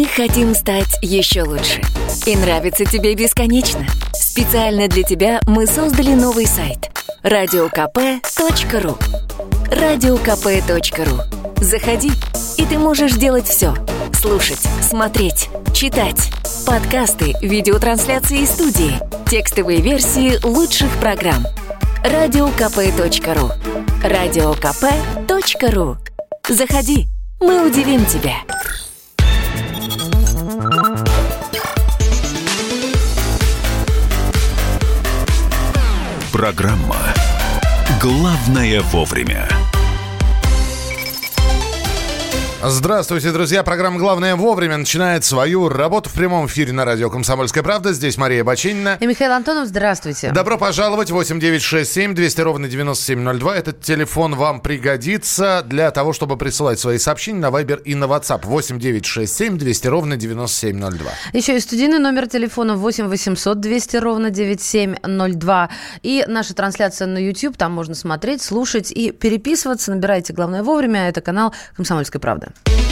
Мы хотим стать еще лучше. И нравится тебе бесконечно. Специально для тебя мы создали новый сайт – radiokp.ru. radiokp.ru. Заходи, и ты можешь делать все. Слушать, смотреть, читать. Подкасты, видеотрансляции из студии, текстовые версии лучших программ. radiokp.ru. radiokp.ru. Заходи, мы удивим тебя. Программа «Главное вовремя». Здравствуйте, друзья. Программа «Главное вовремя» начинает свою работу в прямом эфире на радио «Комсомольская правда». Здесь Мария Бачинина. И Михаил Антонов. Здравствуйте. Добро пожаловать. 8-967-200-97-02. Этот телефон вам пригодится для того, чтобы присылать свои сообщения на Viber и на WhatsApp. 8-967-200-97-02. Еще и студийный номер телефона 8-800-200-97-02. И наша трансляция на YouTube. Там можно смотреть, слушать и переписываться. Набирайте «Главное вовремя». Это канал «Комсомольская правда».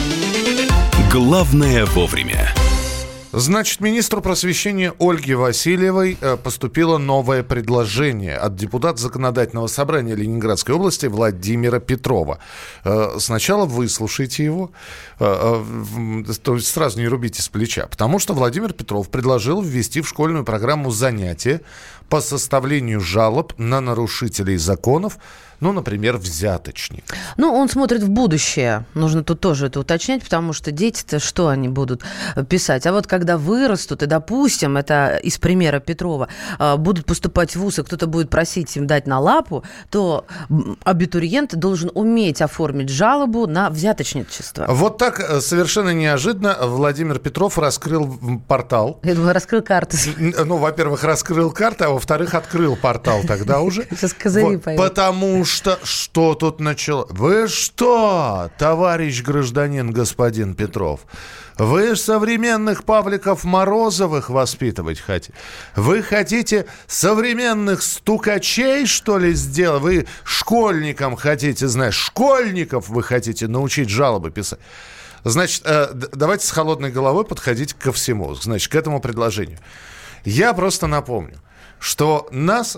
Главное вовремя. Значит, министру просвещения Ольге Васильевой поступило новое предложение от депутата Законодательного собрания Ленинградской области Владимира Петрова. Сначала выслушайте его, то есть сразу не рубите с плеча, потому что Владимир Петров предложил ввести в школьную программу занятия по составлению жалоб на нарушителей законов, ну, например, взяточник. Ну, он смотрит в будущее. Нужно тут тоже это уточнять, потому что дети-то что они будут писать? А вот когда вырастут, и, допустим, это из примера Петрова, будут поступать в вуз, и кто-то будет просить им дать на лапу, то абитуриент должен уметь оформить жалобу на взяточничество. Вот так совершенно неожиданно Владимир Петров раскрыл портал. Я думаю, раскрыл карты. Ну, во-первых, раскрыл карты, а во-вторых, открыл портал тогда уже. Сейчас козыри пойдут. Потому что тут начало? Вы что, товарищ гражданин, господин Петров? Вы современных Павликов Морозовых воспитывать хотите? Вы хотите современных стукачей, что ли, сделать? Вы школьникам хотите, знаешь, школьников вы хотите научить жалобы писать? Значит, давайте с холодной головой подходить ко всему, значит, к этому предложению. Я просто напомню, что нас,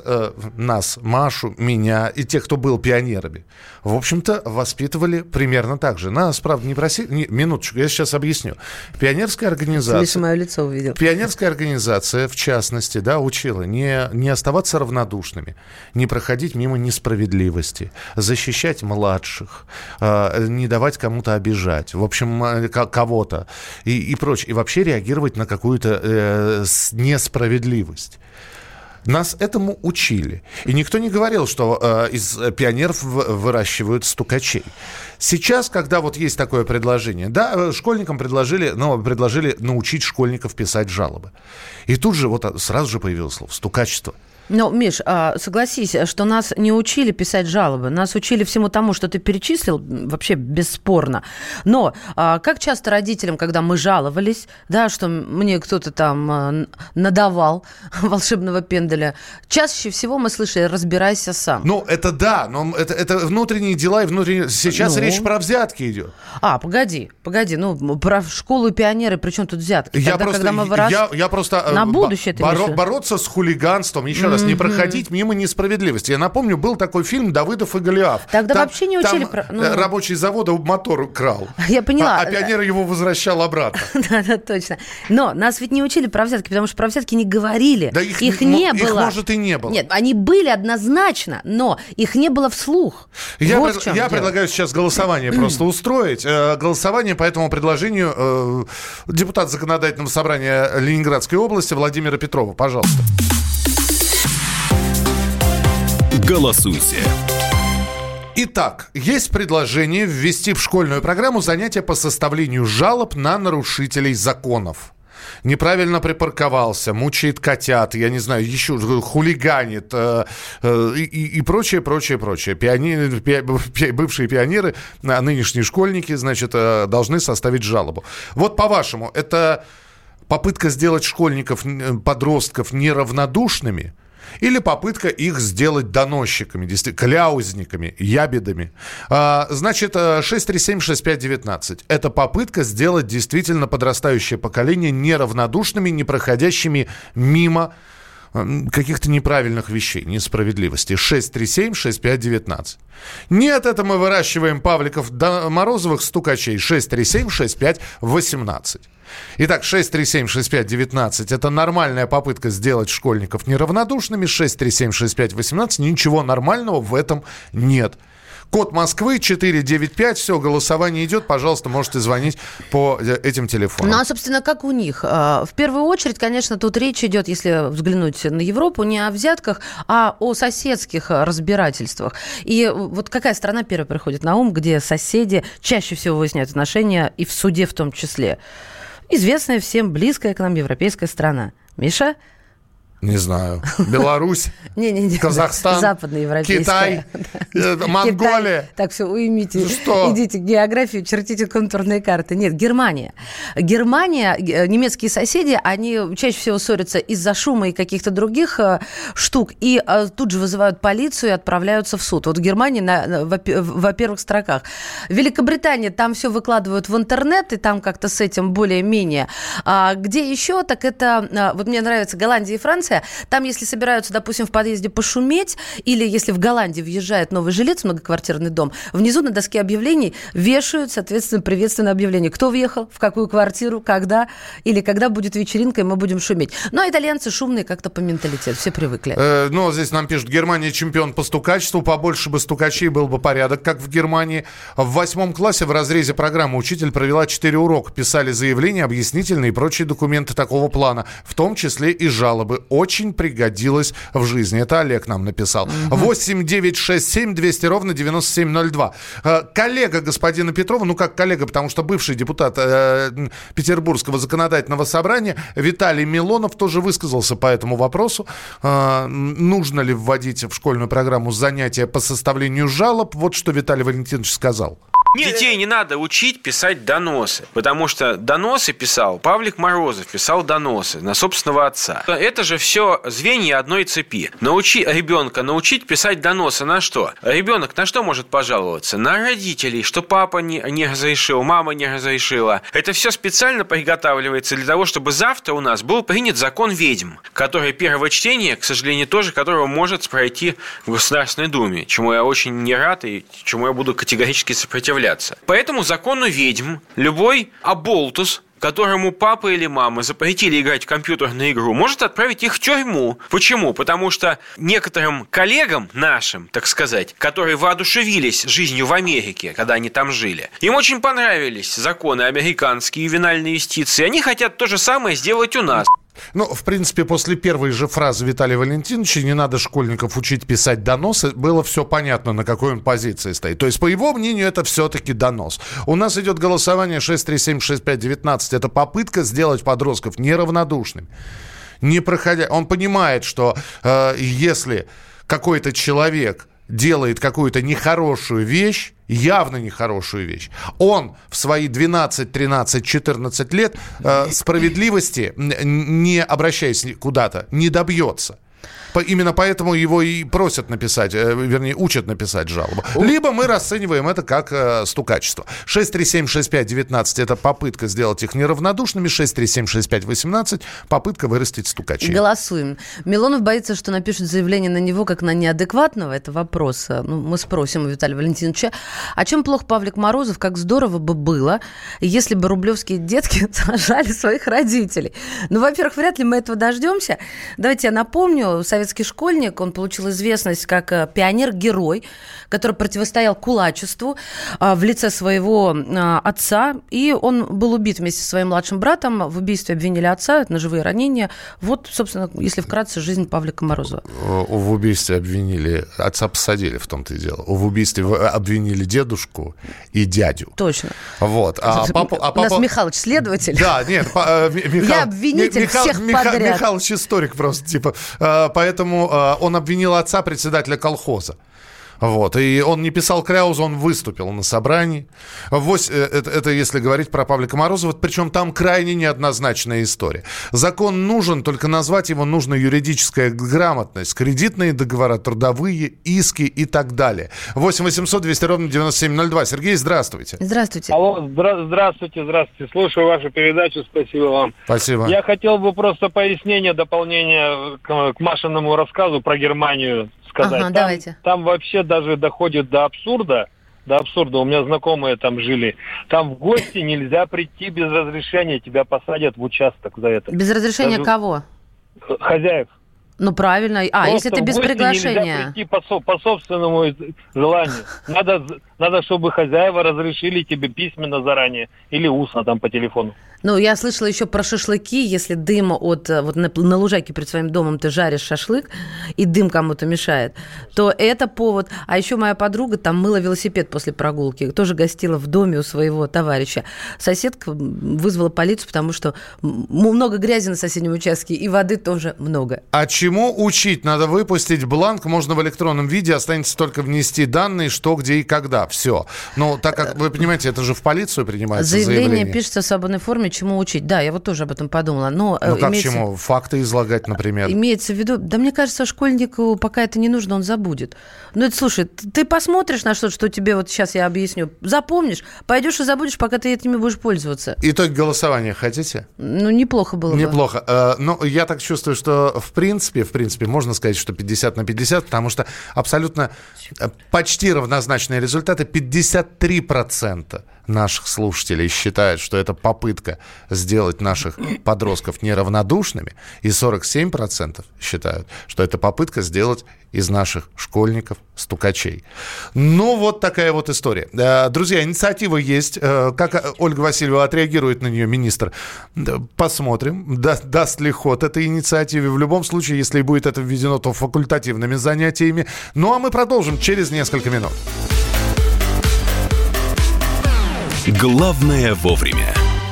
Машу, меня и тех, кто был пионерами, в общем-то, воспитывали примерно так же. Нас, правда, не просили... Минуточку, я сейчас объясню. Пионерская организация... Лишь мое лицо увидел. Пионерская организация, в частности, да, учила не оставаться равнодушными, не проходить мимо несправедливости, защищать младших, не давать кому-то обижать, в общем, кого-то и прочее. И вообще реагировать на какую-то несправедливость. Нас этому учили. И никто не говорил, что из пионеров выращивают стукачей. Сейчас, когда вот есть такое предложение, да, школьникам предложили научить школьников писать жалобы. И тут же вот сразу же появилось слово «стукачество». Но, Миш, согласись, что нас не учили писать жалобы. Нас учили всему тому, что ты перечислил, вообще бесспорно. Но как часто родителям, когда мы жаловались, да, что мне кто-то там надавал волшебного пенделя, чаще всего мы слышали «разбирайся сам». Ну, это да, но это внутренние дела и внутренние... Сейчас речь про взятки идет. Погоди, про школу и пионеры, при чем тут взятки? Когда мы выросли, я просто на будущее бороться с хулиганством, еще раз, не проходить мимо несправедливости. Я напомню, был такой фильм «Давыдов и Голиаф». Тогда вообще не учили... Рабочий завода мотор крал. Я поняла. А пионер его возвращал обратно. Да, точно. Но нас ведь не учили про взятки, потому что про взятки не говорили. Да их не было. Их, может, и не было. Нет, они были однозначно, но их не было вслух. Я предлагаю сейчас голосование просто устроить. Голосование по этому предложению депутат Законодательного собрания Ленинградской области Владимира Петрова. Пожалуйста. Голосуйте. Итак, есть предложение ввести в школьную программу занятия по составлению жалоб на нарушителей законов. Неправильно припарковался, мучает котят, я не знаю, еще хулиганит и прочее. Бывшие пионеры, нынешние школьники, значит, должны составить жалобу. Вот по-вашему, это попытка сделать школьников, подростков неравнодушными? Или попытка их сделать доносчиками, кляузниками, ябедами. Значит, 6376519. Это попытка сделать действительно подрастающее поколение неравнодушными, не проходящими мимо каких-то неправильных вещей, несправедливости. 6376519. Нет, это мы выращиваем Павликов Морозовых стукачей. 6376518. Итак, 6376519. Это нормальная попытка сделать школьников неравнодушными. 6376518. Ничего нормального в этом нет. Код Москвы 495. Все, голосование идет. Пожалуйста, можете звонить по этим телефонам. Ну, а, собственно, как у них? В первую очередь, конечно, тут речь идет, если взглянуть на Европу, не о взятках, а о соседских разбирательствах. И вот какая страна первая приходит на ум, где соседи чаще всего выясняют отношения, и в суде в том числе? Известная всем, близкая к нам европейская страна. Миша? Не знаю. Беларусь, Казахстан, западноевропейская, Китай, Монголия. Так, все, уймите. Что? Идите географию, чертите контурные карты. Нет, Германия. Германия, немецкие соседи, они чаще всего ссорятся из-за шума и каких-то других штук, и тут же вызывают полицию и отправляются в суд. Вот в Германии во первых строках. Великобритания, там все выкладывают в интернет, и там как-то с этим более-менее. А где еще, так это, вот мне нравится Голландия и Франция. Там, если собираются, допустим, в подъезде пошуметь, или если в Голландии въезжает новый жилец в многоквартирный дом, внизу на доске объявлений вешают, соответственно, приветственное объявление. Кто въехал, в какую квартиру, когда, или когда будет вечеринка, и мы будем шуметь. Но итальянцы шумные как-то по менталитету, все привыкли. Ну, здесь нам пишут, Германия чемпион по стукачеству, побольше бы стукачей, был бы порядок, как в Германии. В 8 классе в разрезе программы учитель провела 4 урока, писали заявления, объяснительные и прочие документы такого плана, в том числе и жалобы. Очень пригодилось в жизни. Это Олег нам написал. 8-967-200-97-02. Коллега господина Петрова, ну как коллега, потому что бывший депутат Петербургского законодательного собрания Виталий Милонов тоже высказался по этому вопросу. Нужно ли вводить в школьную программу занятия по составлению жалоб? Вот что Виталий Валентинович сказал. Детей не надо учить писать доносы, потому что доносы писал Павлик Морозов, писал доносы на собственного отца. Это же все звенья одной цепи. Научить писать доносы на что? Ребенок на что может пожаловаться? На родителей, что папа не разрешил, мама не разрешила. Это все специально приготавливается для того, чтобы завтра у нас был принят закон ведьм, который первое чтение, к сожалению, тоже, которого может пройти в Государственной Думе, чему я очень не рад и чему я буду категорически сопротивляться. Поэтому закону ведьм любой оболтус, которому папа или мама запретили играть в компьютерную игру, может отправить их в тюрьму. Почему? Потому что некоторым коллегам нашим, так сказать, которые воодушевились жизнью в Америке, когда они там жили, им очень понравились законы американские, ювенальной юстиции. Они хотят то же самое сделать у нас. Ну, в принципе, после первой же фразы Виталия Валентиновича «не надо школьников учить писать доносы» было все понятно, на какой он позиции стоит. То есть, по его мнению, это все-таки донос. У нас идет голосование 6376519. Это попытка сделать подростков неравнодушными. Не проходя... Он понимает, что если какой-то человек делает какую-то нехорошую вещь, явно нехорошую вещь, он в свои 12, 13, 14 лет справедливости, не обращаясь куда-то, не добьется. Именно поэтому его и просят написать, вернее, учат написать жалобу. Либо мы расцениваем это как стукачество. 6376519 – это попытка сделать их неравнодушными. 6376518 – попытка вырастить стукачей. Голосуем. Милонов боится, что напишут заявление на него как на неадекватного. Это вопрос. Ну, мы спросим у Виталия Валентиновича. О чем плох Павлик Морозов? Как здорово бы было, если бы рублевские детки сажали своих родителей. Ну, во-первых, вряд ли мы этого дождемся. Давайте я напомню. Советский школьник, он получил известность как пионер-герой, который противостоял кулачеству в лице своего отца, и он был убит вместе со своим младшим братом. В убийстве обвинили отца, это ножевые ранения. Вот, собственно, если вкратце, жизнь Павлика Морозова. В убийстве обвинили, отца посадили, в том-то и дело. В убийстве обвинили дедушку и дядю. Точно. Вот. У нас Михалыч следователь. Да, нет, я обвинитель всех подряд. Михалыч историк просто, типа. Поэтому он обвинил отца, председателя колхоза. Вот. И он не писал кляузу, он выступил на собрании. Это если говорить про Павлика Морозова. Причем там крайне неоднозначная история. Закон нужен, только назвать его нужно юридическая грамотность. Кредитные договора, трудовые, иски и так далее. 8 800 200 ровно 9702. Сергей, здравствуйте. Здравствуйте. Алло, здравствуйте. Слушаю вашу передачу, спасибо вам. Спасибо. Я хотел бы просто пояснение, дополнение к Машиному рассказу про Германию сказать. Ага, давайте. Там вообще даже доходит до абсурда. У меня знакомые там жили. Там в гости нельзя прийти без разрешения, тебя посадят в участок за это. Без разрешения даже кого? Хозяев. Ну, правильно. Если ты без приглашения. Нельзя прийти по собственному желанию. Надо, чтобы хозяева разрешили тебе письменно заранее или устно там по телефону. Ну, я слышала еще про шашлыки. Если дым вот на лужайке перед своим домом ты жаришь шашлык, и дым кому-то мешает, то это повод. А еще моя подруга там мыла велосипед после прогулки. Тоже гостила в доме у своего товарища. Соседка вызвала полицию, потому что много грязи на соседнем участке, и воды тоже много. А чему учить? Надо выпустить бланк, можно в электронном виде, останется только внести данные, что, где и когда. Все. Но так как, вы понимаете, это же в полицию принимается заявление. Пишется в свободной форме, чему учить. Да, я вот тоже об этом подумала. Но как чему? Факты излагать, например. Имеется в виду... Да мне кажется, школьнику пока это не нужно, он забудет. Ну, это, слушай, ты посмотришь на что-то, что тебе вот сейчас я объясню, запомнишь, пойдешь и забудешь, пока ты этими будешь пользоваться. Итог голосования хотите? Ну, неплохо было бы. Неплохо. Но я так чувствую, что в принципе, можно сказать, что 50/50, потому что абсолютно почти равнозначные результаты. 53% наших слушателей считают, что это попытка сделать наших подростков неравнодушными, и 47% считают, что это попытка сделать из наших школьников стукачей. Ну, вот такая вот история. Друзья, инициатива есть. Как Ольга Васильева отреагирует на нее министр, посмотрим. Даст ли ход этой инициативе. В любом случае, если будет это введено, то факультативными занятиями. Ну, а мы продолжим через несколько минут. Главное вовремя.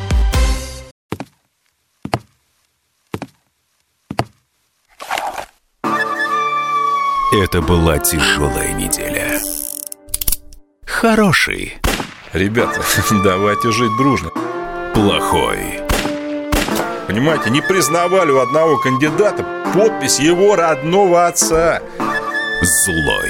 Это была тяжелая неделя. Хороший. Ребята, давайте жить дружно. Плохой. Понимаете, не признавали у одного кандидата подпись его родного отца. Злой.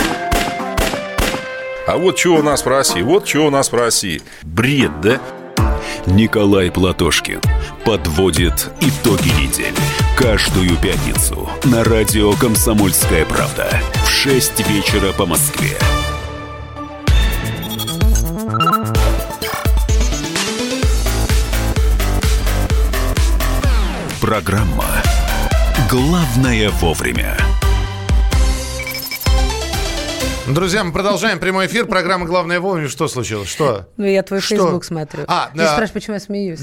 А вот что у нас в России, Бред, да? Николай Платошкин подводит итоги недели. Каждую пятницу на радио «Комсомольская правда» в 6 вечера по Москве. Программа «Главное вовремя». Друзья, мы продолжаем прямой эфир. Программа «Главное вовремя». Что случилось? Что? Ну, я твой Facebook смотрю. Ты спрашиваешь, почему я смеюсь.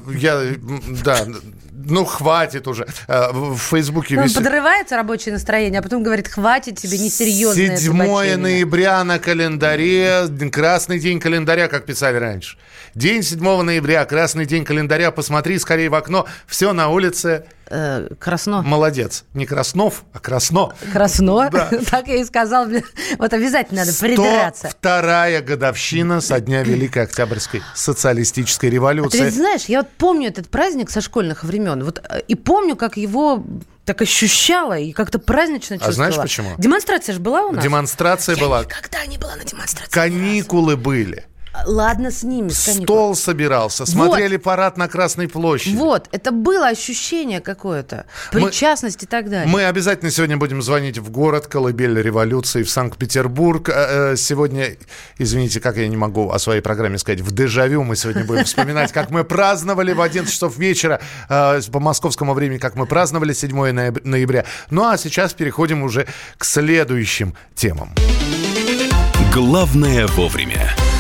Ну, хватит уже. В Фейсбуке висит... Подрывается рабочее настроение, а потом говорит, хватит тебе несерьезное 7 ноября на календаре. Красный день календаря, как писали раньше. День 7 ноября, красный день календаря. Посмотри скорее в окно. Все на улице... Красно. Молодец. Не Краснов, а Красно. Красно? Да. Так я и сказал. Вот обязательно надо придраться. 102-я годовщина со дня Великой Октябрьской социалистической революции. Ты ведь знаешь, я вот помню этот праздник со школьных времен. Вот, и помню, как его так ощущала и как-то празднично чувствовала. А знаешь почему? Демонстрация же была у нас? Демонстрация была. Я никогда не была на демонстрации. Каникулы были. Ладно с ними. Стол собирался, смотрели парад на Красной площади. Вот, это было ощущение какое-то, причастность и так далее. Мы обязательно сегодня будем звонить в город, колыбель революции, в Санкт-Петербург. Сегодня, извините, как я не могу о своей программе сказать, в дежавю мы сегодня будем вспоминать, как мы праздновали в 11 часов вечера по московскому времени, как мы праздновали 7 ноября. Ну а сейчас переходим уже к следующим темам. Главное вовремя. Мы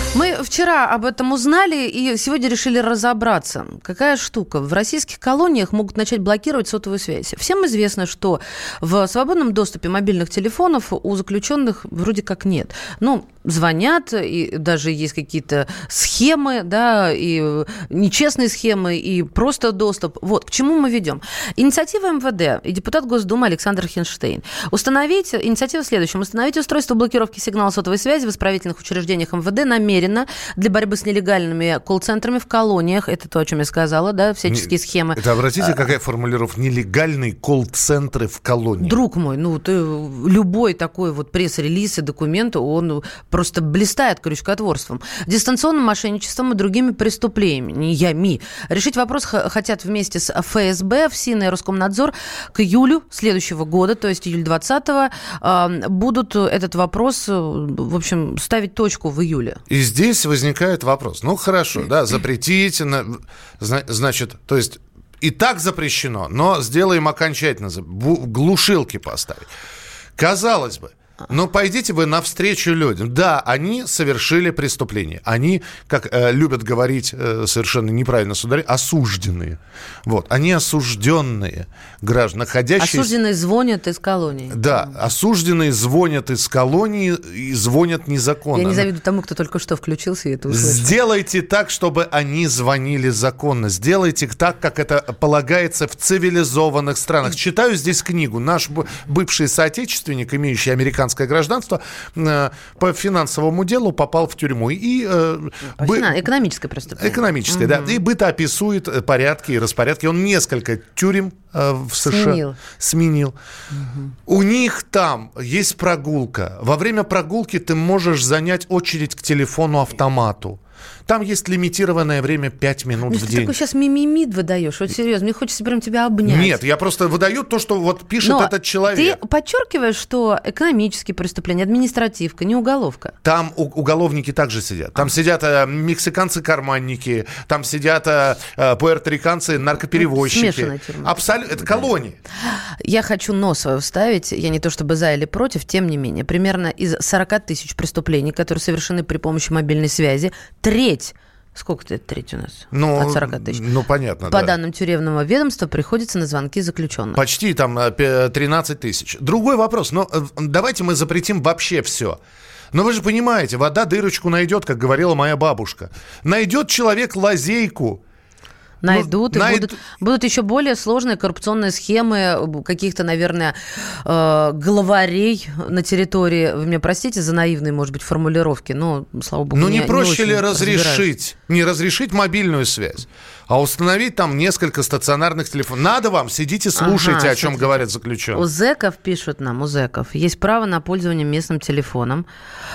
вчера об этом узнали и сегодня решили разобраться. Какая штука? В российских колониях могут начать блокировать сотовую связь. Всем известно, что в свободном доступе мобильных телефонов у заключенных вроде как нет. Ну, звонят, и даже есть какие-то схемы, да, и нечестные схемы, и просто доступ. Вот, к чему мы ведем. Инициатива МВД и депутат Госдумы Александр Хинштейн. Инициатива в следующем. Установить устройство блокировки сигнала сотовой связи в исправительных учреждениях МВД намеренно для борьбы с нелегальными колл-центрами в колониях. Это то, о чем я сказала, да, всяческие схемы. Это, обратите, какая формулировка? Нелегальные колл-центры в колонии. Друг мой, любой такой вот пресс-релиз и документ, он просто блистает крючкотворством, дистанционным мошенничеством и другими преступлениями. Решить вопрос хотят вместе с ФСБ, ФСИН и Роскомнадзор к июлю следующего года, то есть июль 2020-го, будут этот вопрос, в общем, ставить точку в июле. И здесь возникает вопрос. Ну, хорошо, да, запретить, значит, то есть и так запрещено, но сделаем окончательно, глушилки поставить. Казалось бы, но пойдите вы навстречу людям. Да, они совершили преступление. Они, как любят говорить совершенно неправильно судари, осужденные. Вот. Они осужденные граждане, находящиеся... Осужденные звонят из колонии. Да, осужденные звонят из колонии и звонят незаконно. Я не завидую тому, кто только что включился и это услышал. Сделайте так, чтобы они звонили законно. Сделайте так, как это полагается в цивилизованных странах. Читаю здесь книгу. Наш бывший соотечественник, имеющий американское гражданство, по финансовому делу попал в тюрьму. Экономическое преступление. Экономическое, да. И бытоописует порядки и распорядки. Он несколько тюрем в США сменил. У них там есть прогулка. Во время прогулки ты можешь занять очередь к телефону-автомату. Там есть лимитированное время 5 минут в день. Ты такой сейчас мимимид выдаешь, вот серьезно, мне хочется прям тебя обнять. Нет, я просто выдаю то, что вот пишет этот человек. Ты подчеркиваешь, что экономические преступления, административка, не уголовка. Там уголовники также сидят. Там сидят мексиканцы-карманники, там сидят пуэрториканцы, наркоперевозчики. Смешанная тюрьма. Абсолютно, это колонии. Я хочу нос свой вставить, я не то чтобы за или против, тем не менее, примерно из 40 тысяч преступлений, которые совершены при помощи мобильной связи, треть, сколько это треть у нас? От 40 тысяч. Ну, понятно, По данным тюремного ведомства, приходится на звонки заключенных. Почти там 13 тысяч. Другой вопрос, но давайте мы запретим вообще все. Но вы же понимаете, вода дырочку найдет, как говорила моя бабушка. Найдет человек лазейку. Найдут, будут еще более сложные коррупционные схемы каких-то, наверное, главарей на территории. Вы меня простите за наивные, может быть, формулировки, но, слава богу, не проще ли не разрешить мобильную связь, а установить там несколько стационарных телефонов? Надо вам, сидите, слушайте, о чем говорят заключенные. У зэков, пишут нам, есть право на пользование местным телефоном.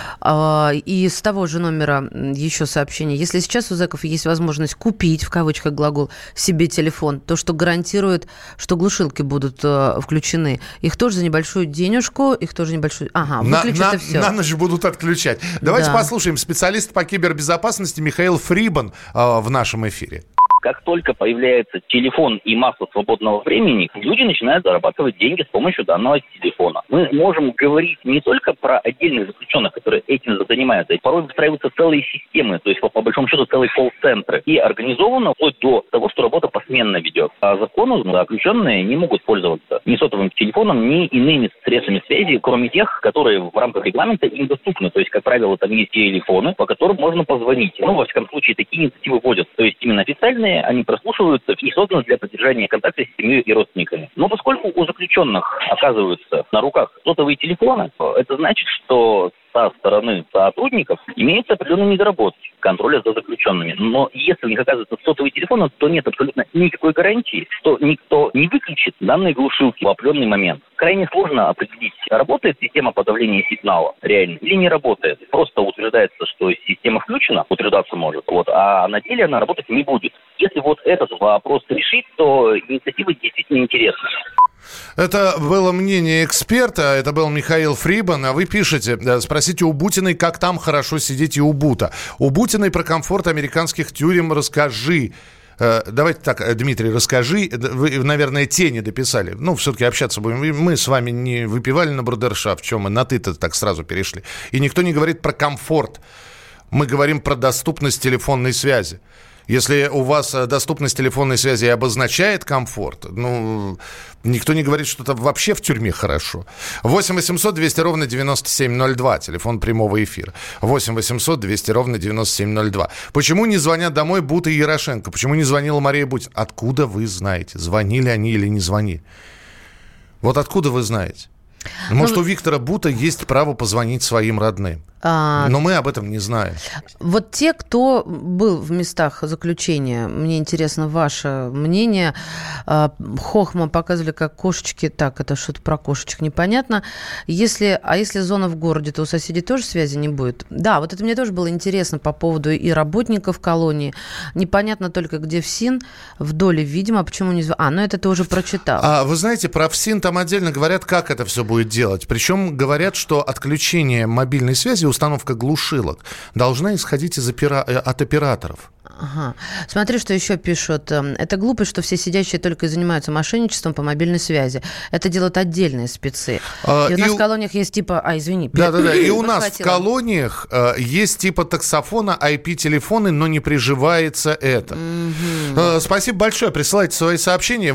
И с того же номера еще сообщение. Если сейчас у зэков есть возможность купить, в кавычках глагол, себе телефон, то, что гарантирует, что глушилки будут включены. Их тоже за небольшую денежку, выключат и все. На ночь будут отключать. Давайте послушаем специалиста по кибербезопасности Михаил Фрибан в нашем эфире. Как только появляется телефон и масса свободного времени, люди начинают зарабатывать деньги с помощью данного телефона. Мы можем говорить не только про отдельных заключенных, которые этим занимаются. Порой выстраиваются целые системы, то есть по большому счету целые колл-центры. И организовано вплоть до того, что работа посменно ведет. По закону заключенные не могут пользоваться ни сотовым телефоном, ни иными средствами связи, кроме тех, которые в рамках регламента им доступны. То есть, как правило, там есть телефоны, по которым можно позвонить. Во всяком случае, такие инициативы вводятся. То есть, именно официальные, они прослушиваются и созданы для поддержания контакта с семьей и родственниками. Но поскольку у заключенных оказываются на руках сотовые телефоны, это значит, что со стороны сотрудников имеются определенные недоработки контроля за заключенными. Но если у них оказывается сотовый телефон, то нет абсолютно никакой гарантии, что никто не выключит данные глушилки в определенный момент. Крайне сложно определить, работает система подавления сигнала реально или не работает. Просто утверждается, что система включена, утверждаться может, а на деле она работать не будет. Если этот вопрос решить, то инициатива действительно интересная. Это было мнение эксперта, это был Михаил Фрибан, а вы пишете, спросите у Бутиной, как там хорошо сидеть и у Бута. У Бутиной про комфорт американских тюрем расскажи. Давайте так, Дмитрий, расскажи. Вы, наверное, те не дописали. Все-таки общаться будем. Мы с вами не выпивали на брудершафт, в чем мы на ты-то так сразу перешли. И никто не говорит про комфорт. Мы говорим про доступность телефонной связи. Если у вас доступность телефонной связи обозначает комфорт, никто не говорит, что это вообще в тюрьме хорошо. 8 800 200 ровно 9702, телефон прямого эфира. 8 800 200 ровно 9702. Почему не звонят домой Бута и Ярошенко? Почему не звонила Мария Бутина? Откуда вы знаете, звонили они или не звонили? Вот откуда вы знаете? Может, у Виктора Бута есть право позвонить своим родным. Но мы об этом не знаем. Вот те, кто был в местах заключения, мне интересно ваше мнение. Хохма показывали, как кошечки... Так, это что-то про кошечек непонятно. Если зона в городе, то у соседей тоже связи не будет? Да, вот это мне тоже было интересно по поводу и работников колонии. Непонятно только, где ФСИН, в Доле, видимо. Почему не... это ты уже прочитал. Вы знаете, про ФСИН там отдельно говорят, как это все будет делать. Причем говорят, что отключение мобильной связи, установка глушилок должна исходить от операторов. Ага. Смотри, что еще пишут. Это глупость, что все сидящие только и занимаются мошенничеством по мобильной связи. Это делают отдельные спецы. И у нас в колониях есть типа... извини. Да. И у нас в колониях есть типа таксофона, IP-телефоны, но не приживается это. Угу. Спасибо большое. Присылайте свои сообщения.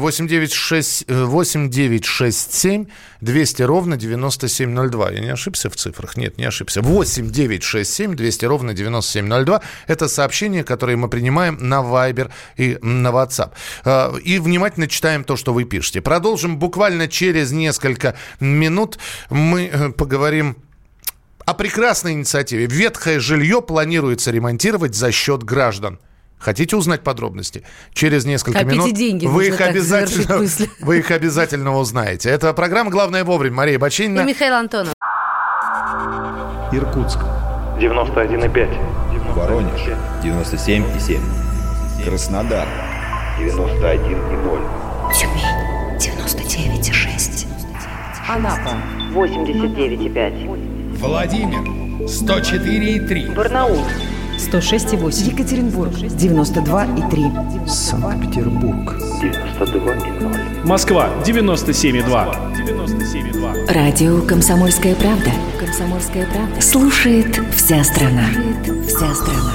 8967 200 ровно 9702. Я не ошибся в цифрах? Нет, не ошибся. 8967 200 ровно 9702. Это сообщение, которое мы принимаем на Viber и на WhatsApp. И внимательно читаем то, что вы пишете. Продолжим буквально через несколько минут. Мы поговорим о прекрасной инициативе. Ветхое жилье планируется ремонтировать за счет граждан. Хотите узнать подробности? Через несколько минут деньги, вы их обязательно узнаете. Это программа «Главное вовремя». Мария Бачинина и Михаил Антонов. Иркутск 91,5. Воронеж 97,7. Краснодар 91,0. Тюмень 99,6. Анапа 89,5. Владимир 104,3. Барнаул 106,8. Екатеринбург 92,3. Санкт-Петербург 92,0. Москва 97,2. Радио «Комсомольская правда». «Комсомольская правда». Слушает вся страна. Вся страна.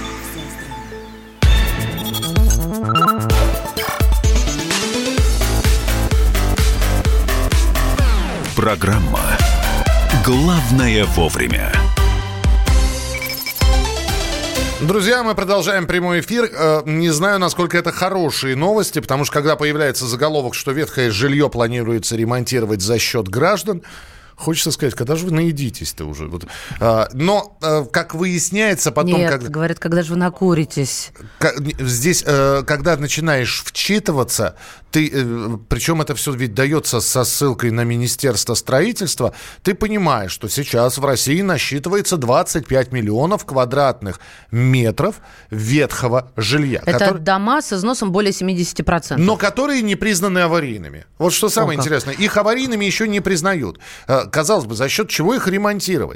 Программа «Главное вовремя». Друзья, мы продолжаем прямой эфир. Не знаю, насколько это хорошие новости, потому что когда появляется заголовок, что ветхое жилье планируется ремонтировать за счет граждан, хочется сказать, когда же вы наедитесь-то уже? Но, как выясняется потом... Нет, говорят, когда же вы накуритесь? Здесь, когда начинаешь вчитываться, причем это все ведь дается со ссылкой на Министерство строительства, ты понимаешь, что сейчас в России насчитывается 25 миллионов квадратных метров ветхого жилья. Это дома с износом более 70%. Но которые не признаны аварийными. Вот что самое интересное. Их аварийными еще не признают. Казалось бы, за счет чего их ремонтировать?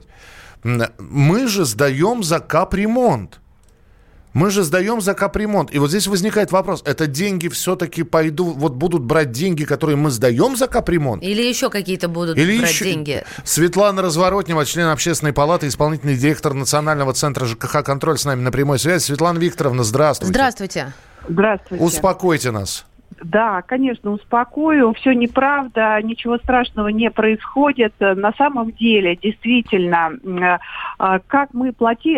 Мы же сдаем за капремонт. И вот здесь возникает вопрос, это деньги все-таки будут брать деньги, которые мы сдаем за капремонт? Или еще какие-то будут брать деньги? Светлана Разворотнева, член Общественной палаты, исполнительный директор Национального центра ЖКХ «Контроль» с нами на прямой связи. Светлана Викторовна, здравствуйте. Здравствуйте. Успокойте нас. Да, конечно, успокою. Все неправда, ничего страшного не происходит. На самом деле, действительно, как мы платили...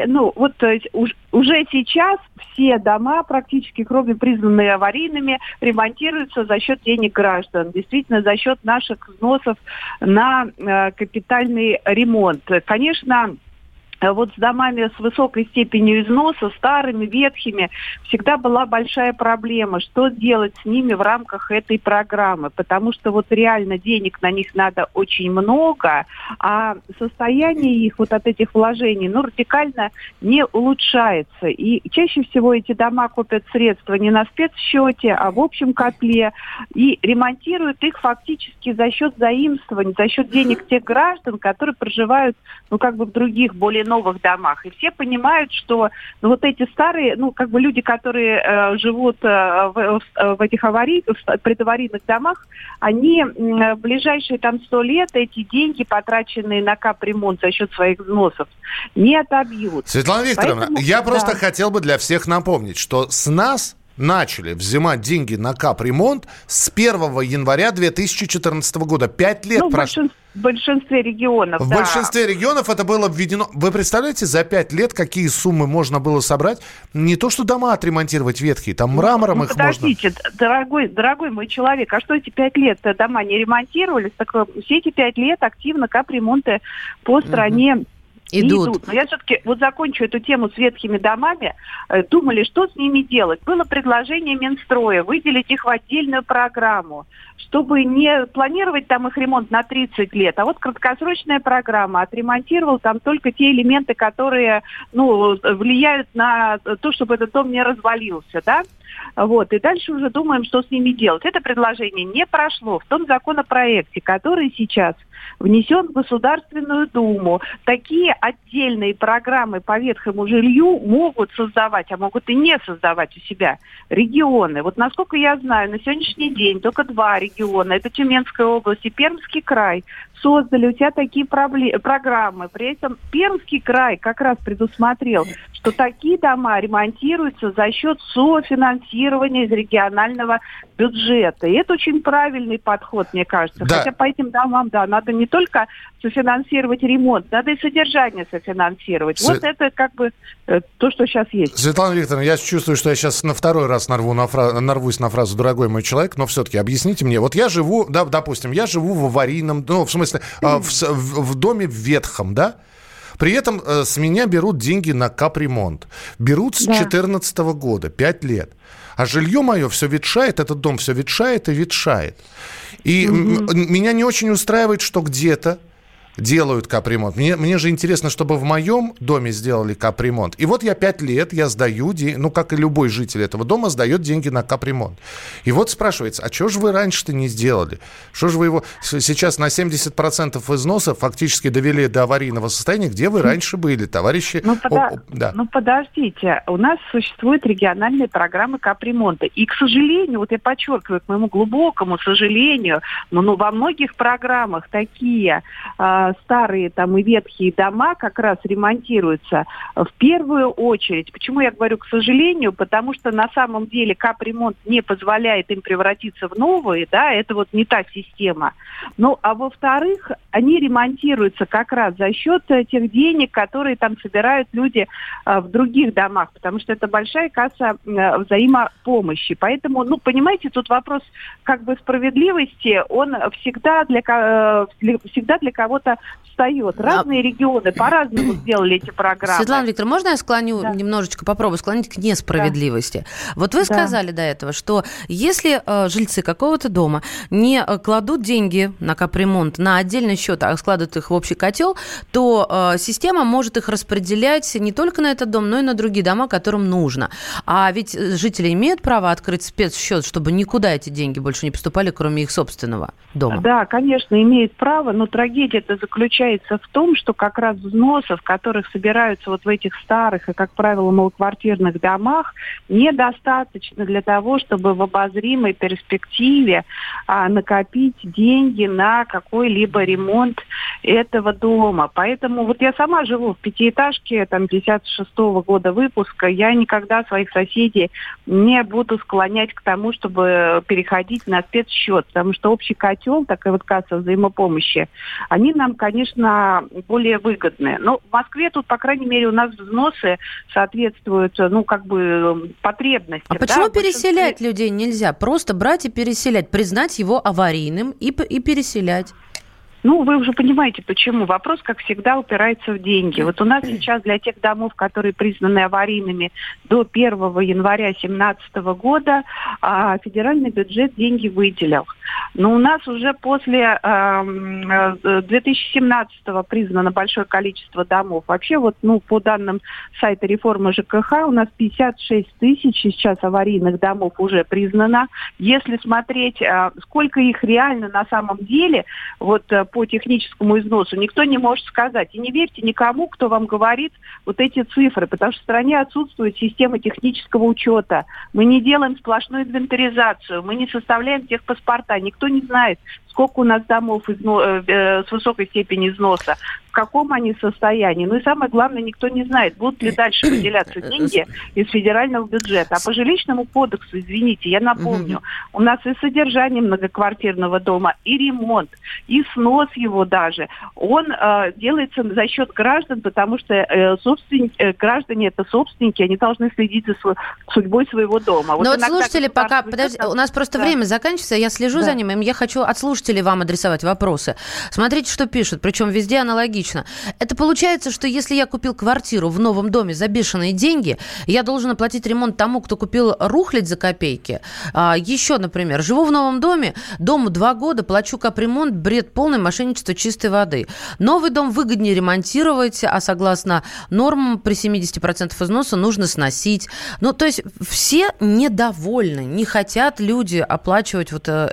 уже сейчас все дома, практически кроме признанные аварийными, ремонтируются за счет денег граждан. Действительно, за счет наших взносов на капитальный ремонт. Конечно... Вот с домами с высокой степенью износа, старыми, ветхими, всегда была большая проблема, что делать с ними в рамках этой программы. Потому что вот реально денег на них надо очень много, а состояние их вот от этих вложений, радикально не улучшается. И чаще всего эти дома копят средства не на спецсчете, а в общем котле. И ремонтируют их фактически за счет заимствований, за счет денег тех граждан, которые проживают, в других, более новых домах. И все понимают, что вот эти старые, люди, которые живут в этих предаварийных домах, они в ближайшие 100 лет эти деньги, потраченные на капремонт за счет своих взносов, не отобьют. Светлана Викторовна, я просто хотел бы для всех напомнить, что с нас начали взимать деньги на капремонт с 1 января 2014 года. 5 лет прошло. В большинстве регионов, В большинстве регионов это было введено. Вы представляете, за 5 лет какие суммы можно было собрать? Не то, что дома отремонтировать ветхие, там мрамором их подождите, можно... дорогой мой человек, а что эти 5 лет дома не ремонтировались? Так все эти 5 лет активно капремонты по стране идут. Но я все-таки закончу эту тему с ветхими домами. Думали, что с ними делать. Было предложение Минстроя выделить их в отдельную программу, чтобы не планировать там их ремонт на 30 лет, а вот краткосрочная программа отремонтировал там только те элементы, которые влияют на то, чтобы этот дом не развалился, да? И дальше уже думаем, что с ними делать. Это предложение не прошло в том законопроекте, который сейчас внесен в Государственную Думу. Такие отдельные программы по ветхому жилью могут создавать, а могут и не создавать у себя регионы. Насколько я знаю, на сегодняшний день только 2 региона, это Тюменская область и Пермский край, создали у себя такие программы. При этом Пермский край как раз предусмотрел, что такие дома ремонтируются за счет софинансирования из регионального бюджета. И это очень правильный подход, мне кажется. Да. Хотя по этим домам, надо не только софинансировать ремонт, надо и содержание софинансировать. Это то, что сейчас есть. Светлана Викторовна, я чувствую, что я сейчас на второй раз нарвусь на фразу «дорогой мой человек», но все-таки объясните мне. Я живу, допустим, в аварийном, в смысле, в доме ветхом, да? При этом с меня берут деньги на капремонт. Берут с 2014 года, 5 лет. А жилье мое все ветшает, этот дом все ветшает и ветшает. И меня не очень устраивает, что где-то делают капремонт. Мне же интересно, чтобы в моем доме сделали капремонт. И я 5 лет, я сдаю, как и любой житель этого дома, сдает деньги на капремонт. И спрашивается, а что же вы раньше-то не сделали? Что же вы его сейчас на 70% износа фактически довели до аварийного состояния? Где вы раньше были, товарищи? Подождите. У нас существуют региональные программы капремонта. И, к сожалению, я подчеркиваю, к моему глубокому сожалению, во многих программах такие старые и ветхие дома как раз ремонтируются в первую очередь. Почему я говорю к сожалению? Потому что на самом деле капремонт не позволяет им превратиться в новые, это не та система. А во-вторых, они ремонтируются как раз за счет тех денег, которые там собирают люди в других домах, потому что это большая касса взаимопомощи. Поэтому, понимаете, тут вопрос справедливости, он всегда для кого-то встает. Разные регионы по-разному сделали эти программы. Светлана Викторовна, можно я склоню немножечко, попробую склонить к несправедливости? Вы сказали до этого, что если жильцы какого-то дома не кладут деньги на капремонт на отдельный счет, а складывают их в общий котел, то система может их распределять не только на этот дом, но и на другие дома, которым нужно. А ведь жители имеют право открыть спецсчет, чтобы никуда эти деньги больше не поступали, кроме их собственного дома? Да, конечно, имеют право, но трагедия-то заключается в том, что как раз взносов, которых собираются в этих старых и, как правило, малоквартирных домах, недостаточно для того, чтобы в обозримой перспективе накопить деньги на какой-либо ремонт этого дома. Поэтому я сама живу в 5-этажке, 56-го года выпуска, я никогда своих соседей не буду склонять к тому, чтобы переходить на спецсчет, потому что общий котел, такая касса взаимопомощи, они нам, конечно, более выгодны. Но в Москве тут, по крайней мере, у нас взносы соответствуют, потребностям. А почему переселять людей нельзя? Просто брать и переселять, признать его аварийным и переселять. Вы уже понимаете, почему. Вопрос, как всегда, упирается в деньги. У нас сейчас для тех домов, которые признаны аварийными до 1 января 2017 года, федеральный бюджет деньги выделил. Но у нас уже после 2017-го признано большое количество домов. Вообще, по данным сайта реформы ЖКХ, у нас 56 тысяч сейчас аварийных домов уже признано. Если смотреть, сколько их реально на самом деле, по техническому износу, никто не может сказать. И не верьте никому, кто вам говорит эти цифры, потому что в стране отсутствует система технического учета. Мы не делаем сплошную инвентаризацию, мы не составляем техпаспорта. Никто не знает, сколько у нас домов с высокой степенью износа, в каком они состоянии. Ну и самое главное, никто не знает, будут ли дальше выделяться деньги из федерального бюджета. А по жилищному кодексу, извините, я напомню, у нас и содержание многоквартирного дома, и ремонт, и снос его даже, он делается за счет граждан, потому что граждане это собственники, они должны следить за судьбой своего дома. Но слушатели пока, подождите, у нас просто время заканчивается, я слежу за ним, и я хочу от слушателей вам адресовать вопросы. Смотрите, что пишут, причем везде аналогично. Это получается, что если я купил квартиру в новом доме за бешеные деньги, я должен оплатить ремонт тому, кто купил рухлядь за копейки. Еще, например, живу в новом доме, дому 2 года, плачу капремонт, бред полный, мошенничество чистой воды. Новый дом выгоднее ремонтировать, а согласно нормам при 70% износа нужно сносить. Ну, то есть все недовольны, не хотят люди оплачивать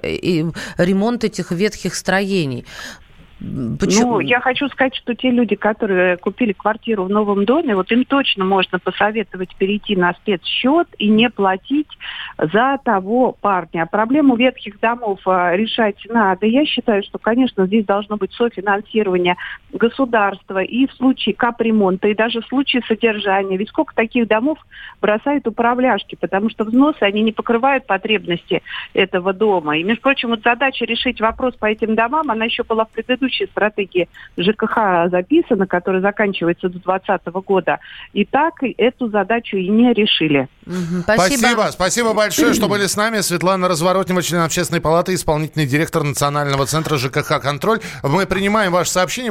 ремонт этих ветхих строений. Почему? Я хочу сказать, что те люди, которые купили квартиру в новом доме, им точно можно посоветовать перейти на спецсчет и не платить за того парня. А проблему ветхих домов решать надо. Я считаю, что, конечно, здесь должно быть софинансирование государства и в случае капремонта, и даже в случае содержания. Ведь сколько таких домов бросают управляшки, потому что взносы, они не покрывают потребности этого дома. И, между прочим, задача решить вопрос по этим домам, она еще была в предыдущей стратегии ЖКХ записана, которая заканчивается до 2020 года. И так эту задачу и не решили. Спасибо большое, что были с нами. Светлана Разворотнева, член Общественной палаты, исполнительный директор Национального центра ЖКХ «Контроль». Мы принимаем ваше сообщение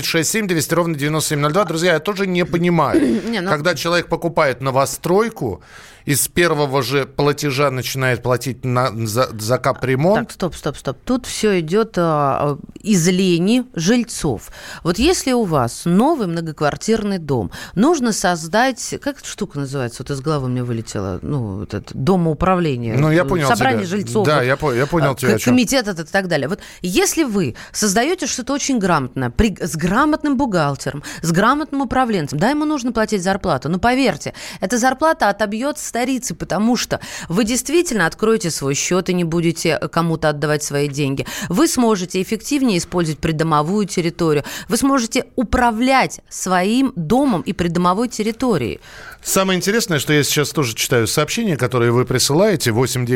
8967-200-97-02. Друзья, я тоже не понимаю. Когда человек покупает новостройку, из первого же платежа начинает платить за капремонт. Так, стоп. Тут все идет из лени жильцов. Вот если у вас новый многоквартирный дом, нужно создать, как эта штука называется, из головы мне вылетело, домоуправление, я понял собрание тебя. жильцов. Да, я понял тебя. Комитет и так далее. Вот если вы создаете что-то очень грамотное, с грамотным бухгалтером, с грамотным управленцем, ему нужно платить зарплату. Но поверьте, эта зарплата отобьет старицы, потому что вы действительно откроете свой счет и не будете кому-то отдавать свои деньги. Вы сможете эффективнее использовать придомовую территорию. Вы сможете управлять своим домом и придомовой территорией. Самое интересное, что я сейчас тоже читаю сообщения, которые вы присылаете,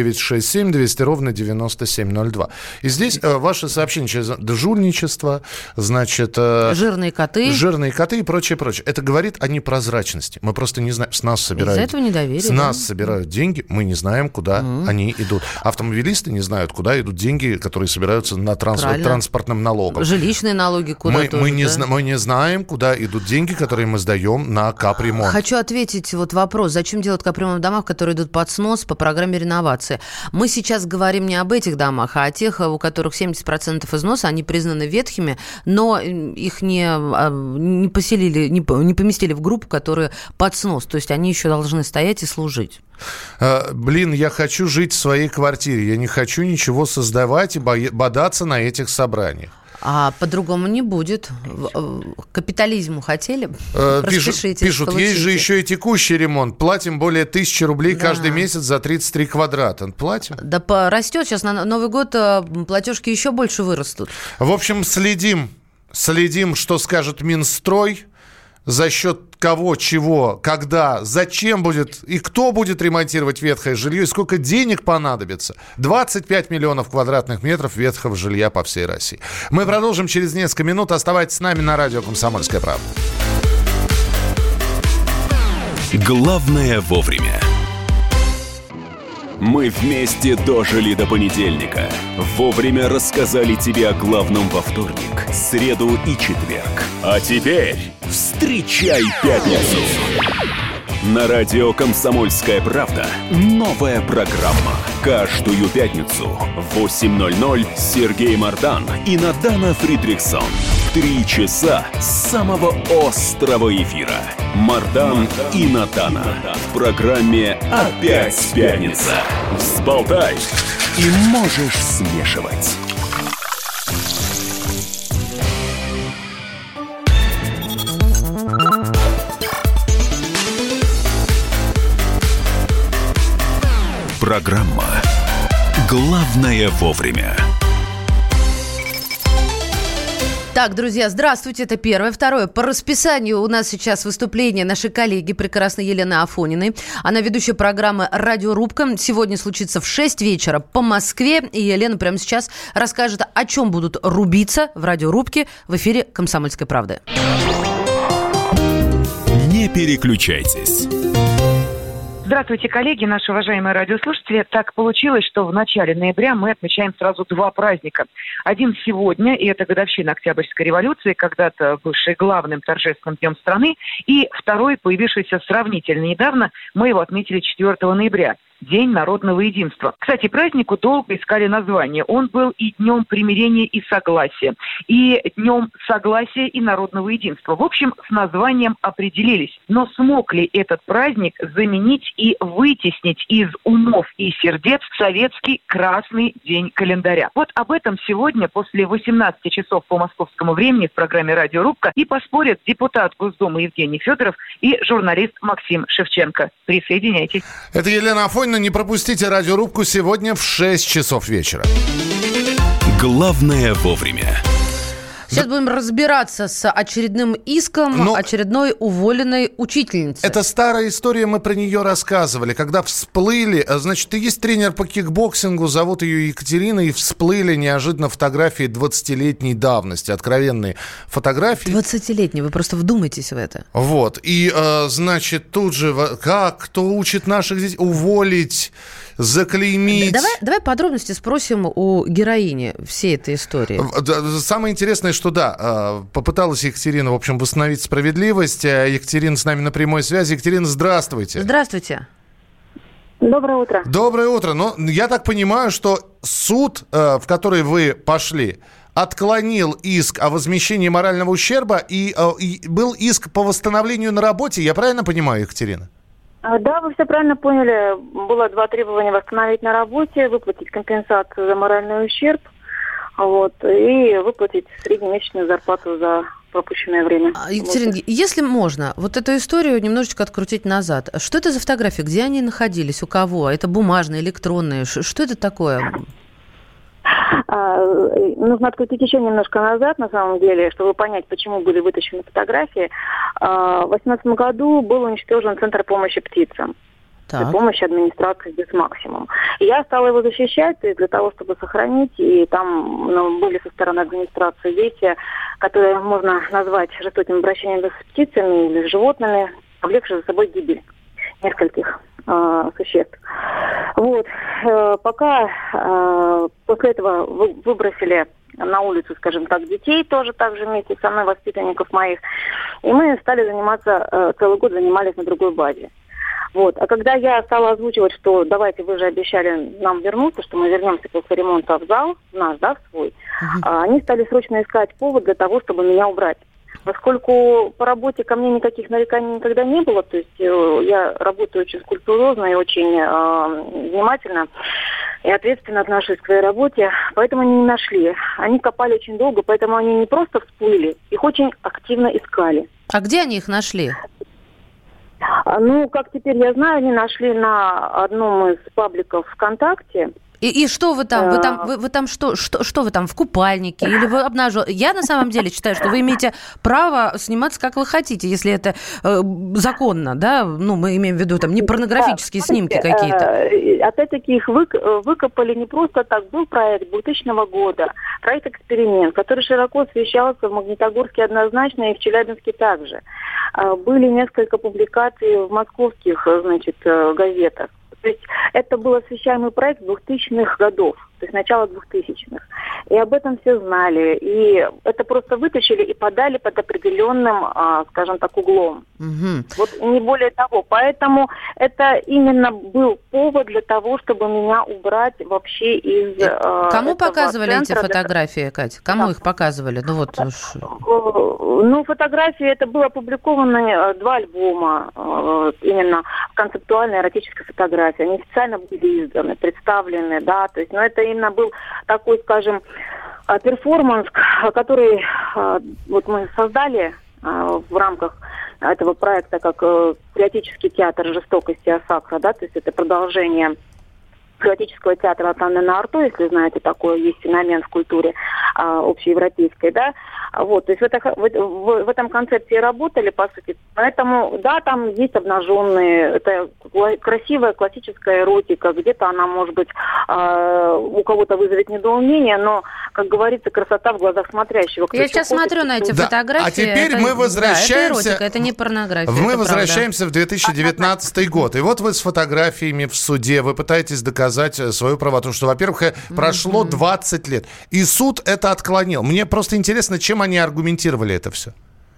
8967-200-97-02. И здесь ваше сообщение через жульничество, значит... Жирные коты и прочее. Это говорит о непрозрачности. Мы просто не знаем, с нас собирают... Из-за этого недоверие. С нас собирают деньги, мы не знаем, куда они идут. Автомобилисты не знают, куда идут деньги, которые собираются на транспортным налогом. Жилищные налоги куда мы не знаем, куда идут деньги, которые мы сдаем на капремонт. Хочу ответить вопрос, зачем делать капремонт в домах, которые идут под снос по программе реновации. Мы сейчас говорим не об этих домах, а о тех, у которых 70% износа, они признаны ветхими, но их не поместили в группу, которые под снос. То есть они еще должны стоять и служить. Я хочу жить в своей квартире. Я не хочу ничего создавать и бодаться на этих собраниях. А по-другому не будет. Капитализму хотели? Пишут, есть же еще и текущий ремонт. Платим более 1000 рублей каждый месяц за 33 квадрата. Платим? Да растет. Сейчас на Новый год платежки еще больше вырастут. В общем, следим, что скажет Минстрой. За счет кого, чего, когда, зачем будет и кто будет ремонтировать ветхое жилье и сколько денег понадобится. 25 миллионов квадратных метров ветхого жилья по всей России. Мы продолжим через несколько минут. Оставайтесь с нами на радио «Комсомольская правда». Главное вовремя. Мы вместе дожили до понедельника. Вовремя рассказали тебе о главном во вторник, среду и четверг. А теперь встречай пятницу. На радио «Комсомольская правда» новая программа Каждую пятницу в 8:00 Сергей Мардан и Надана Фридрихсон. 3 часа самого острого эфира. Мардан и Надана. В программе «Опять пятница». Взболтай и можешь смешивать. Программа «Главное вовремя». Так, друзья, здравствуйте, это первое. Второе. По расписанию у нас сейчас выступление нашей коллеги, прекрасной Елены Афониной. Она ведущая программы «Радиорубка». Сегодня случится в 6 вечера по Москве. И Елена прямо сейчас расскажет, о чем будут рубиться в «Радиорубке» в эфире «Комсомольской правды». Не переключайтесь. Здравствуйте, коллеги, наши уважаемые радиослушатели. Так получилось, что в начале ноября мы отмечаем сразу 2 праздника. Один сегодня, и это годовщина Октябрьской революции, когда-то бывший главным торжественным днем страны. И второй, появившийся сравнительно недавно, мы его отметили 4 ноября. День народного единства. Кстати, празднику долго искали название. Он был и Днем примирения и согласия, и Днем согласия и народного единства. В общем, с названием определились. Но смог ли этот праздник заменить и вытеснить из умов и сердец советский Красный день календаря? Вот об этом сегодня после 18 часов по московскому времени в программе «Радиорубка» и поспорят депутат Госдумы Евгений Федоров и журналист Максим Шевченко. Присоединяйтесь. Это Елена Афонина. Не пропустите «Радиорубку» сегодня в 6 часов вечера. Главное вовремя. Сейчас будем разбираться с очередным иском очередной уволенной учительницы. Это старая история, мы про нее рассказывали. Когда всплыли, значит, есть тренер по кикбоксингу, зовут ее Екатерина, и всплыли неожиданно фотографии 20-летней давности, откровенные фотографии. 20-летней, вы просто вдумайтесь в это. Вот, и, значит, тут же, кто учит наших детей? Уволить, заклеймить. Давай подробности спросим у героини всей этой истории. Самое интересное, что попыталась Екатерина, в общем, восстановить справедливость. Екатерина с нами на прямой связи. Екатерина, здравствуйте. Здравствуйте. Доброе утро. Доброе утро. Но я так понимаю, что суд, в который вы пошли, отклонил иск о возмещении морального ущерба, и был иск по восстановлению на работе. Я правильно понимаю, Екатерина? Да, вы все правильно поняли. Было 2 требования: восстановить на работе, выплатить компенсацию за моральный ущерб, и выплатить среднемесячную зарплату за пропущенное время. Екатерина, если можно, вот эту историю немножечко открутить назад. Что это за фотографии? Где они находились? У кого? Это бумажные, электронные? Что это такое? Нужно открутить еще немножко назад, на самом деле, чтобы понять, почему были вытащены фотографии. В 2018 году был уничтожен Центр помощи птицам. При помощи администрации «Бисмаксимум». И я стала его защищать для того, чтобы сохранить. И там были со стороны администрации действия, которые можно назвать жестоким обращением с птицами или с животными, повлекшие за собой гибель нескольких существ. Пока после этого выбросили на улицу, скажем так, детей тоже так же вместе со мной, воспитанников моих. И мы стали заниматься, целый год занимались на другой базе. А когда я стала озвучивать, что давайте, вы же обещали нам вернуться, что мы вернемся после ремонта в зал, в свой, они стали срочно искать повод для того, чтобы меня убрать. Поскольку по работе ко мне никаких нареканий никогда не было, то есть я работаю очень скрупулезно и очень внимательно и ответственно отношусь к своей работе, поэтому они не нашли. Они копали очень долго, поэтому они не просто всплыли, их очень активно искали. А где они их нашли? Как теперь я знаю, они нашли на одном из пабликов ВКонтакте. И что вы там? Вы там что вы там в купальнике или вы обнажены? Я на самом деле считаю, что вы имеете право сниматься как вы хотите, если это законно, да? Мы имеем в виду там не порнографические снимки какие-то. Опять-таки их выкопали не просто так. Был проект 2000 года, проект «Эксперимент», который широко освещался в Магнитогорске однозначно и в Челябинске также. Были несколько публикаций в московских, газетах. То есть это был освещаемый проект 2000-х годов, то есть начало 2000-х. и об этом все знали. И это просто вытащили и подали под определенным, скажем так, углом. Вот не более того. Поэтому это именно был повод для того, чтобы меня убрать вообще из Кому показывали центра эти фотографии, Катя? Кому их показывали? Ну вот. Фотографии, это было опубликовано 2 альбома, именно концептуальная эротическая фотография. Они официально были изданы, представлены, да, то есть, но это именно был такой, скажем, перформанс, который вот мы создали в рамках этого проекта как поэтический театр жестокости Асакра, да, то есть это продолжение поэтического театра от Анны Нарто, если знаете, такое есть феномен в культуре общеевропейской, да, вот, то есть в этом концепте работали, по сути, поэтому, да, там есть обнаженные, это красивая классическая эротика, где-то она, может быть, у кого-то вызовет недоумение, но, как говорится, красота в глазах смотрящего. Я сейчас смотрю на эти фотографии. А теперь мы возвращаемся... это эротика, это не порнография. Мы возвращаемся в 2019 год, и вот вы с фотографиями в суде, вы пытаетесь доказать свою правоту, что, во-первых, прошло 20 лет, и суд это отклонил. Мне просто интересно, чем они аргументировали это все?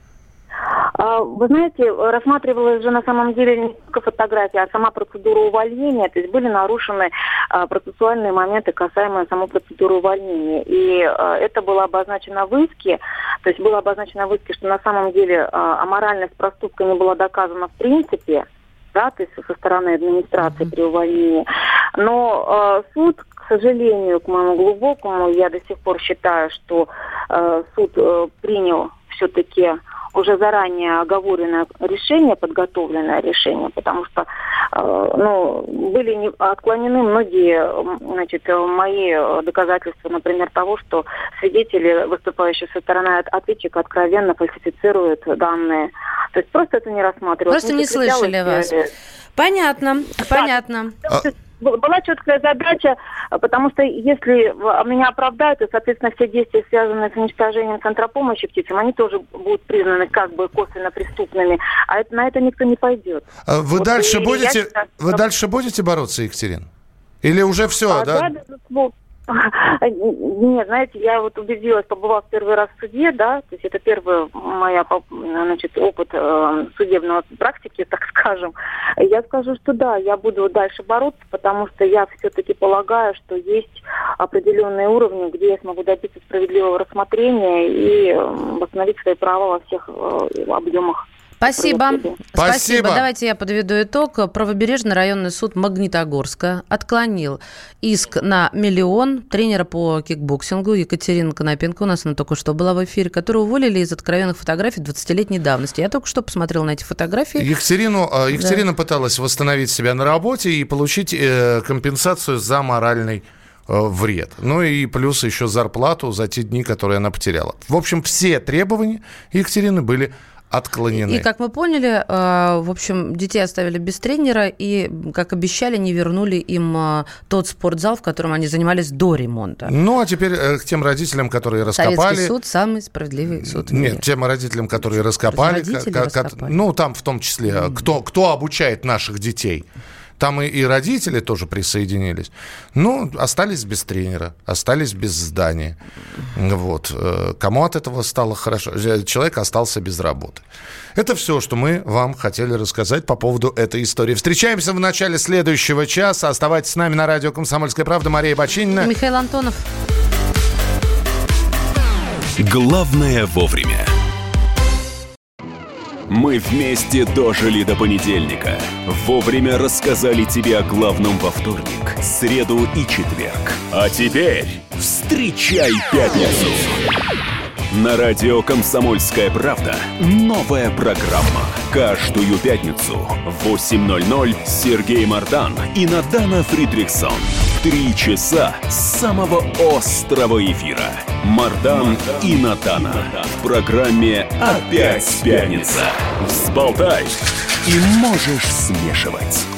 Вы знаете, рассматривалась же на самом деле не только фотография, а сама процедура увольнения. То есть были нарушены процессуальные моменты, касаемые самой процедуры увольнения. И это было обозначено в иске. То есть было обозначено в иске, что на самом деле аморальность проступка не была доказана в принципе, да, то есть со стороны администрации при увольнении. Но суд, к сожалению, к моему глубокому, я до сих пор считаю, что суд принял все-таки уже заранее оговоренное решение, подготовленное решение, потому что были отклонены многие, мои доказательства, например, того, что свидетели, выступающие со стороны ответчика, откровенно фальсифицируют данные. То есть просто это не рассматривалось. Просто не слышали вас. Понятно. Была четкая задача, потому что если меня оправдают, то, соответственно, все действия, связанные с уничтожением центра помощи птицам, они тоже будут признаны как бы косвенно преступными, а на это никто не пойдет. Вы дальше будете бороться, Екатерина? Или уже все, да? Нет, знаете, я вот убедилась, побывав первый раз в суде, да, то есть это первый мой опыт судебной практики, так скажем. Я скажу, что да, я буду дальше бороться, потому что я все-таки полагаю, что есть определенные уровни, где я смогу добиться справедливого рассмотрения и восстановить свои права во всех объемах. Спасибо. Давайте я подведу итог. Правобережный районный суд Магнитогорска отклонил иск на 1 миллион тренера по кикбоксингу Екатерины Конопенко, у нас она только что была в эфире, которую уволили из откровенных фотографий 20-летней давности. Я только что посмотрела на эти фотографии. Екатерина пыталась восстановить себя на работе и получить компенсацию за моральный вред. Ну и плюс еще зарплату за те дни, которые она потеряла. В общем, все требования Екатерины были отклонены. И, как мы поняли, в общем, детей оставили без тренера и, как обещали, не вернули им тот спортзал, в котором они занимались до ремонта. Ну, а теперь к тем родителям, которые раскопали... Советский суд – самый справедливый суд в мире. Нет, тем родителям, которые раскопали. Ну, там в том числе, кто обучает наших детей. Там и родители тоже присоединились. Ну, остались без тренера, остались без здания. Вот. Кому от этого стало хорошо? Человек остался без работы. Это все, что мы вам хотели рассказать по поводу этой истории. Встречаемся в начале следующего часа. Оставайтесь с нами на радио «Комсомольская правда». Мария Бачинина. И Михаил Антонов. Главное вовремя. Мы вместе дожили до понедельника. Вовремя рассказали тебе о главном во вторник, среду и четверг. А теперь встречай пятницу. На радио «Комсомольская правда» новая программа. Каждую пятницу в 8:00 Сергей Мардан и Надана Фридрихсон. 3 часа самого острого эфира. Мардан и Надана. В программе «Опять пятница». Взболтай и можешь смешивать.